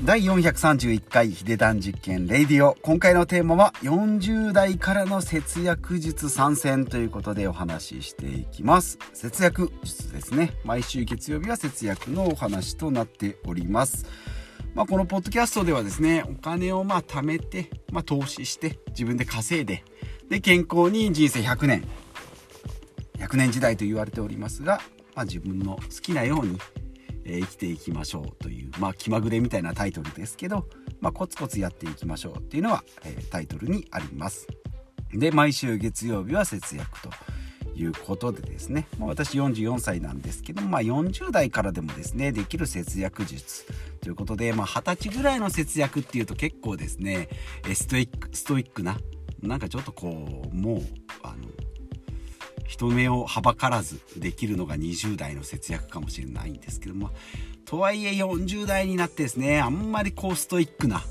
第431回ヒデダン実験レイディオ。今回のテーマは40代からの節約術参戦ということでお話ししていきます。節約術ですね。毎週月曜日は節約のお話となっております。このポッドキャストではですね、お金を貯めて、投資して自分で稼いで、健康に人生100年時代と言われておりますが、自分の好きなように生きていきましょうという、気まぐれみたいなタイトルですけど、コツコツやっていきましょうっていうのは、タイトルにあります。で、毎週月曜日は節約ということでですね、私44歳なんですけど、40代からでもですねできる節約術ということで、20歳ぐらいの節約っていうと結構ですねストイックな、なんかちょっともう人目をはばからずできるのが20代の節約かもしれないんですけども、とはいえ40代になってですね、あんまりストイックな、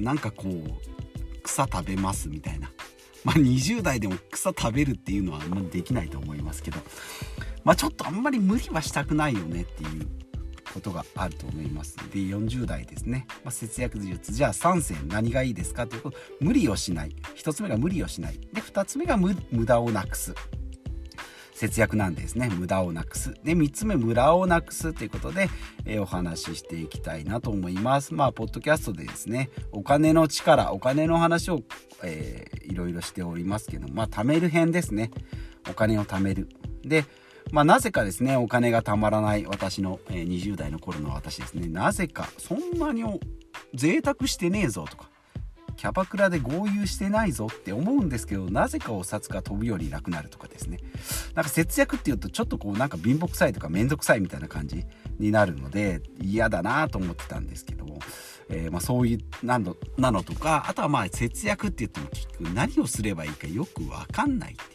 草食べますみたいな、20代でも草食べるっていうのはできないと思いますけど、ちょっとあんまり無理はしたくないよねっていうことがあると思いますので、40代ですね、節約術、じゃあ3選何がいいですかということ。無理をしない。1つ目が無理をしない。で、2つ目が無駄をなくす。節約なんですね。無駄をなくす。で、3つ目、無駄をなくすということで、お話ししていきたいなと思います。ポッドキャストでですね、お金の力、お金の話を、いろいろしておりますけど、貯める編ですね。お金を貯める。で、なぜかですね、お金が貯まらない私の、20代の頃の私ですね、なぜかそんなに贅沢してねえぞとか、キャバクラで豪遊してないぞって思うんですけど、なぜかお札が飛ぶよりなくなるとかですね、節約っていうとちょっと貧乏くさいとかめんどくさいみたいな感じになるので嫌だなと思ってたんですけども、そういうなのとか、あとは節約って言っても結局何をすればいいかよく分かんないっていう、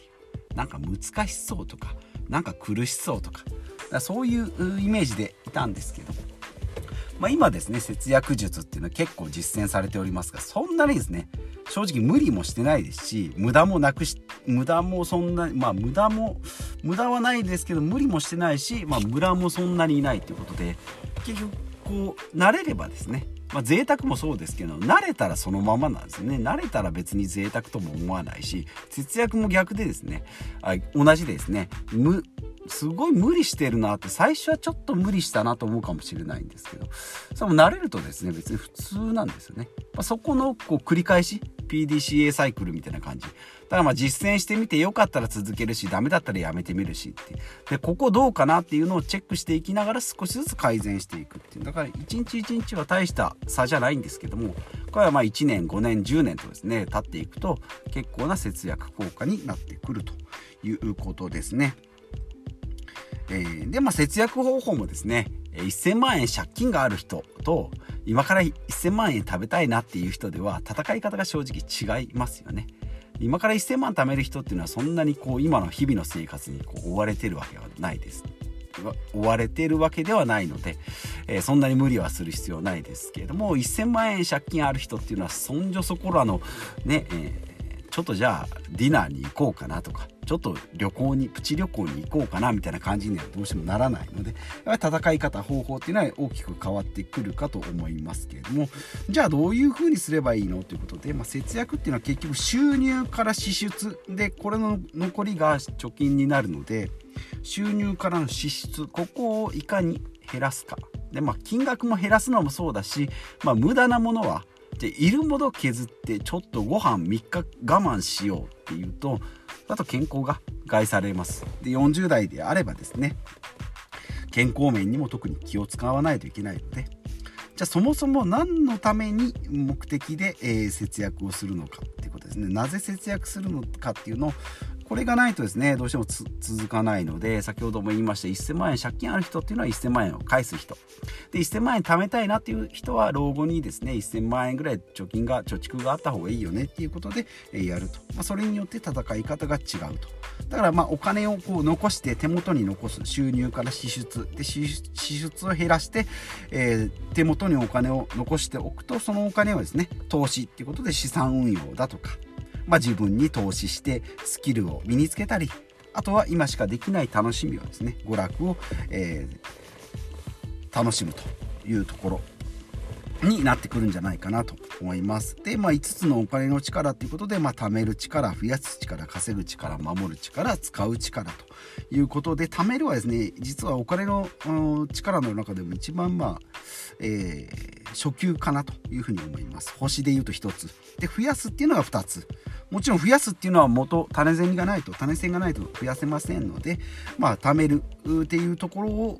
難しそうとか苦しそうとか、そういうイメージでいたんですけど、今ですね、節約術っていうのは結構実践されておりますが、そんなにですね、正直無理もしてないですし、無駄もそんなに、無駄はないですけど無理もしてないし、無駄もそんなにいないということで、結局慣れればですね、贅沢もそうですけど、慣れたらそのままなんですよね。慣れたら別に贅沢とも思わないし、節約も逆でですね、同じでですね、すごい無理してるなって、最初はちょっと無理したなと思うかもしれないんですけど、それも慣れるとですね、別に普通なんですよね。そこの繰り返し、 PDCA サイクルみたいな感じだから、実践してみてよかったら続けるし、ダメだったらやめてみるしってで、ここどうかなっていうのをチェックしていきながら少しずつ改善していくっていう。だから一日一日は大した差じゃないんですけども、これは1年5年10年とですね経っていくと結構な節約効果になってくるということですね。で、節約方法もですね、1000万円借金がある人と今から1000万円食べたいなっていう人では戦い方が正直違いますよね。今から1000万貯める人っていうのはそんなに今の日々の生活に追われてるわけはないです。追われているわけではないので、そんなに無理はする必要ないですけれども、1000万円借金ある人っていうのはそんじょそこらのね、ちょっとじゃあディナーに行こうかなとか、ちょっとプチ旅行に行こうかなみたいな感じにはどうしてもならないので、戦い方方法っていうのは大きく変わってくるかと思いますけれども、じゃあどういう風にすればいいのということで、節約っていうのは結局収入から支出で、これの残りが貯金になるので、収入からの支出、ここをいかに減らすかで、金額も減らすのもそうだし、無駄なものはいるもの削って、ちょっとご飯3日我慢しようっていうと、あと健康が害されます。で、40代であればですね、健康面にも特に気を使わないといけないので、じゃあそもそも何のために目的で、節約をするのかっていうことですね。なぜ節約するのかっていうのを、これがないとですね、どうしても続かないので、先ほども言いました1000万円借金ある人っていうのは1000万円を返す人で、1000万円貯めたいなっていう人は老後にですね1000万円ぐらい貯蓄があった方がいいよねっていうことでやると、それによって戦い方が違うと。だからお金を残して、手元に残す、収入から支出で、支出を減らして、手元にお金を残しておくと、そのお金をですね投資っていうことで資産運用だとか、自分に投資してスキルを身につけたり、あとは今しかできない楽しみをですね、娯楽を、楽しむというところになってくるんじゃないかなと思います。で、5つのお金の力ということで、貯める力、増やす力、稼ぐ力、守る力、使う力ということで、貯めるはですね、実はお金の力の中でも一番初級かなというふうに思います。星で言うと1つで、増やすっていうのが2つ。もちろん増やすっていうのは種銭がないと増やせませんので、貯めるっていうところを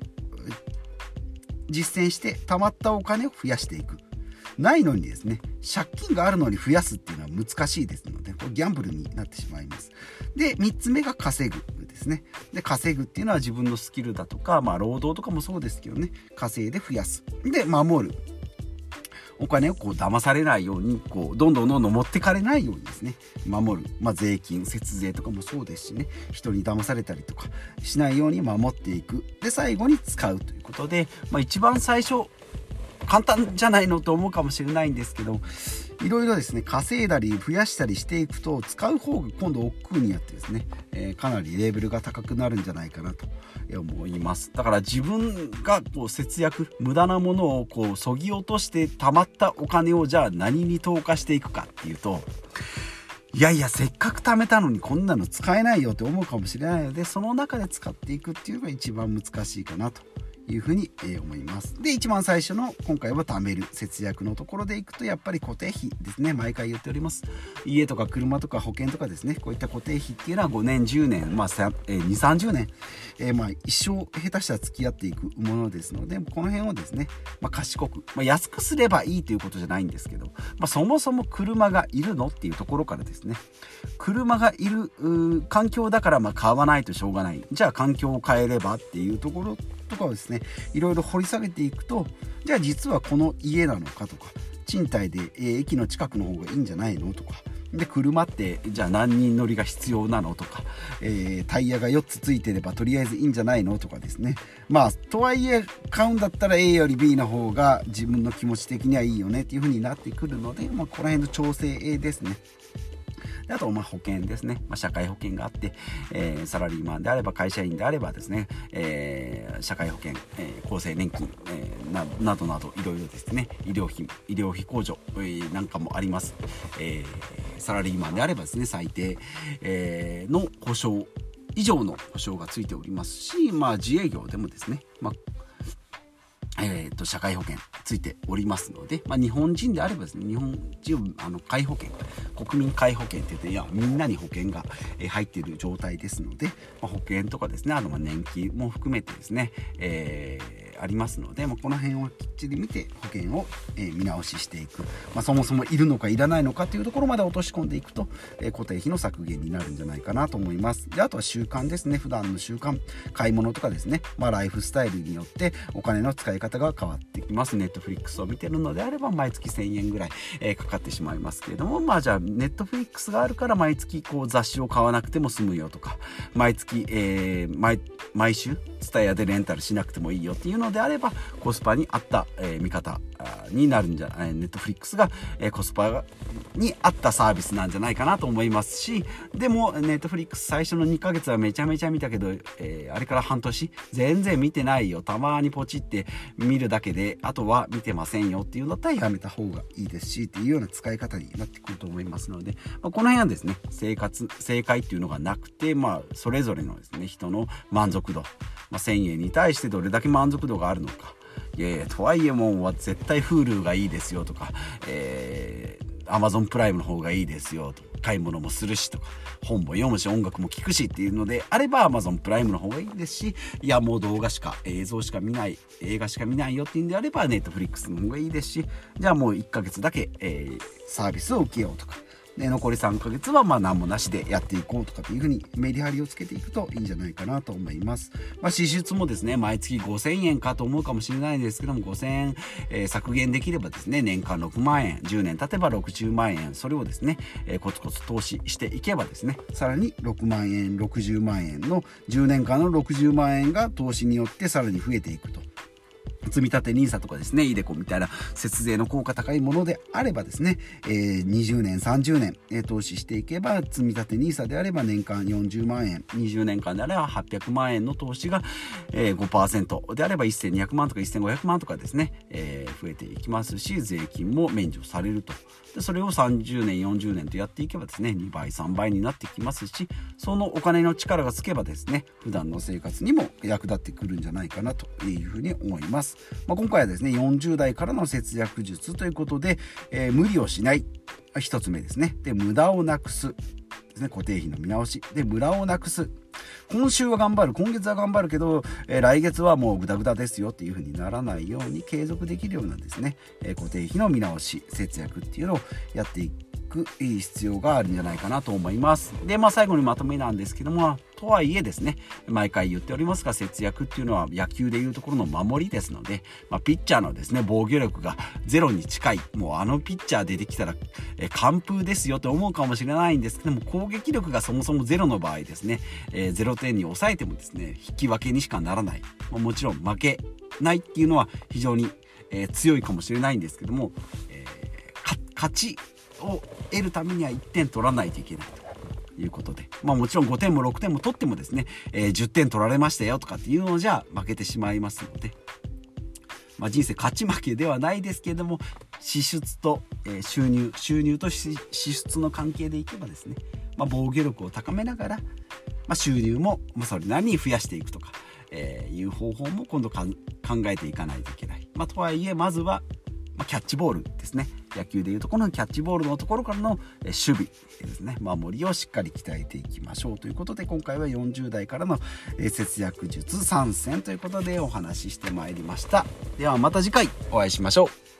実践して、貯まったお金を増やしていく。ないのにですね、借金があるのに増やすっていうのは難しいですので、これギャンブルになってしまいます。で、3つ目が稼ぐですね。で、稼ぐっていうのは自分のスキルだとか、労働とかもそうですけどね、稼いで増やす。で、守る。お金を騙されないように、どんどん持ってかれないようにですね、守る。税金、節税とかもそうですしね、人に騙されたりとかしないように守っていく。で、最後に使うということで、一番最初、簡単じゃないのと思うかもしれないんですけど、いろいろですね、稼いだり増やしたりしていくと、使う方が今度億劫になってですね、かなりレベルが高くなるんじゃないかなと思います。だから自分が節約、無駄なものをそぎ落として貯まったお金をじゃあ何に投下していくかっていうと、いやせっかく貯めたのにこんなの使えないよって思うかもしれないので、その中で使っていくっていうのが一番難しいかなというふうに思います。で、一番最初の今回は貯める節約のところでいくと、やっぱり固定費ですね。毎回言っております。家とか車とか保険とかですね、こういった固定費っていうのは5年10年、2、30年、一生下手したら付き合っていくものですので、この辺をですね、賢く、安くすればいいということじゃないんですけど、そもそも車がいるのっていうところからですね、車がいる環境だから買わないとしょうがない、じゃあ環境を変えればっていうところとかをですね、いろいろ掘り下げていくと、じゃあ実はこの家なのかとか、賃貸で、駅の近くの方がいいんじゃないのとかで、車ってじゃあ何人乗りが必要なのとか、タイヤが4つついてればとりあえずいいんじゃないのとかですね。とはいえ買うんだったら A より B の方が自分の気持ち的にはいいよねっていう風になってくるので、この辺の調整ですね。あと保険ですね、社会保険があって、サラリーマンであれば会社員であればですね、社会保険、厚生年金、などなどいろいろですね、医療費控除、なんかもあります。サラリーマンであればですね、最低、の保証以上の保証がついておりますし、自営業でもですね、社会保険ついておりますので、日本人であればですね、日本人皆保険、国民皆保険って言って、みんなに保険が入っている状態ですので、保険とかですね、年金も含めてですね、ありますので、この辺をきっちり見て保険を見直ししていく、そもそもいるのかいらないのかというところまで落とし込んでいくと、固定費の削減になるんじゃないかなと思います。で、あとは習慣ですね。普段の習慣、買い物とかですね、ライフスタイルによってお金の使い方が変わってきます。ネットフリックスを見てるのであれば毎月1000円ぐらい、かかってしまいますけれども、じゃあネットフリックスがあるから毎月雑誌を買わなくても済むよとか、毎月、毎週TSUTAYAでレンタルしなくてもいいよっていうのであれば、コスパに合った、見方になるんじゃない、ネットフリックスが、コスパに合ったサービスなんじゃないかなと思いますし、でもネットフリックス最初の2ヶ月はめちゃめちゃ見たけど、あれから半年全然見てないよ、たまにポチって見るだけであとは見てませんよっていうのだったらやめた方がいいですしっていうような使い方になってくると思いますので、この辺はですね、正解っていうのがなくて、それぞれのですね、人の満足度、1000円に対してどれだけ満足度があるのか。とはいえもう絶対 Hulu がいいですよとか、Amazon プライムの方がいいですよと、買い物もするしとか、本も読むし音楽も聴くしっていうのであれば Amazon プライムの方がいいですし、いやもう動画しか映像しか見ない、映画しか見ないよっていうんであれば Netflix の方がいいですし、じゃあもう1ヶ月だけ、サービスを受けようとか、で残り3ヶ月は何もなしでやっていこうとかっていう風にメリハリをつけていくといいんじゃないかなと思います。支出もですね、毎月5000円かと思うかもしれないですけども、5000円、削減できればですね、年間6万円、10年経てば60万円、それをですね、コツコツ投資していけばですね、さらに6万円60万円の10年間の60万円が投資によってさらに増えていくと積立 NISA とかですね、iDeCoみたいな節税の効果高いものであればですね、20年30年、投資していけば、積立 NISA であれば年間40万円、20年間であれば800万円の投資が、5% であれば1200万とか1500万とかですね、増えていきますし、税金も免除されると。でそれを30年40年とやっていけばですね、2倍3倍になってきますし、そのお金の力がつけばですね、普段の生活にも役立ってくるんじゃないかなというふうに思います。今回はですね、40代からの節約術ということで、無理をしない一つ目ですね。で、無駄をなくすですね、固定費の見直しで、無駄をなくす。今週は頑張る、今月は頑張るけど、来月はもうグダグダですよっていう風にならないように継続できるようなですね、固定費の見直し、節約っていうのをやっていく必要があるんじゃないかなと思います。で、最後にまとめなんですけども、とはいえですね、毎回言っておりますが、節約っていうのは野球でいうところの守りですので、ピッチャーのですね、防御力がゼロに近い、もうあのピッチャー出てきたら完封ですよと思うかもしれないんですけども、攻撃力がそもそもゼロの場合ですね、0点に抑えてもですね、引き分けにしかならない、もちろん負けないっていうのは非常に、強いかもしれないんですけども、勝ちを得るためには1点取らないといけないということで、もちろん5点も6点も取ってもですね、10点取られましたよとかっていうのじゃ負けてしまいますので、人生勝ち負けではないですけれども、支出と、収入と支出の関係でいけばですね、防御力を高めながら、収入もそれなりに増やしていくとか、いう方法も今度考えていかないといけない。とはいえまずはキャッチボールですね。野球でいうとこのキャッチボールのところからの守備ですね、守りをしっかり鍛えていきましょうということで、今回は40代からの節約術参戦ということでお話ししてまいりました。ではまた次回お会いしましょう。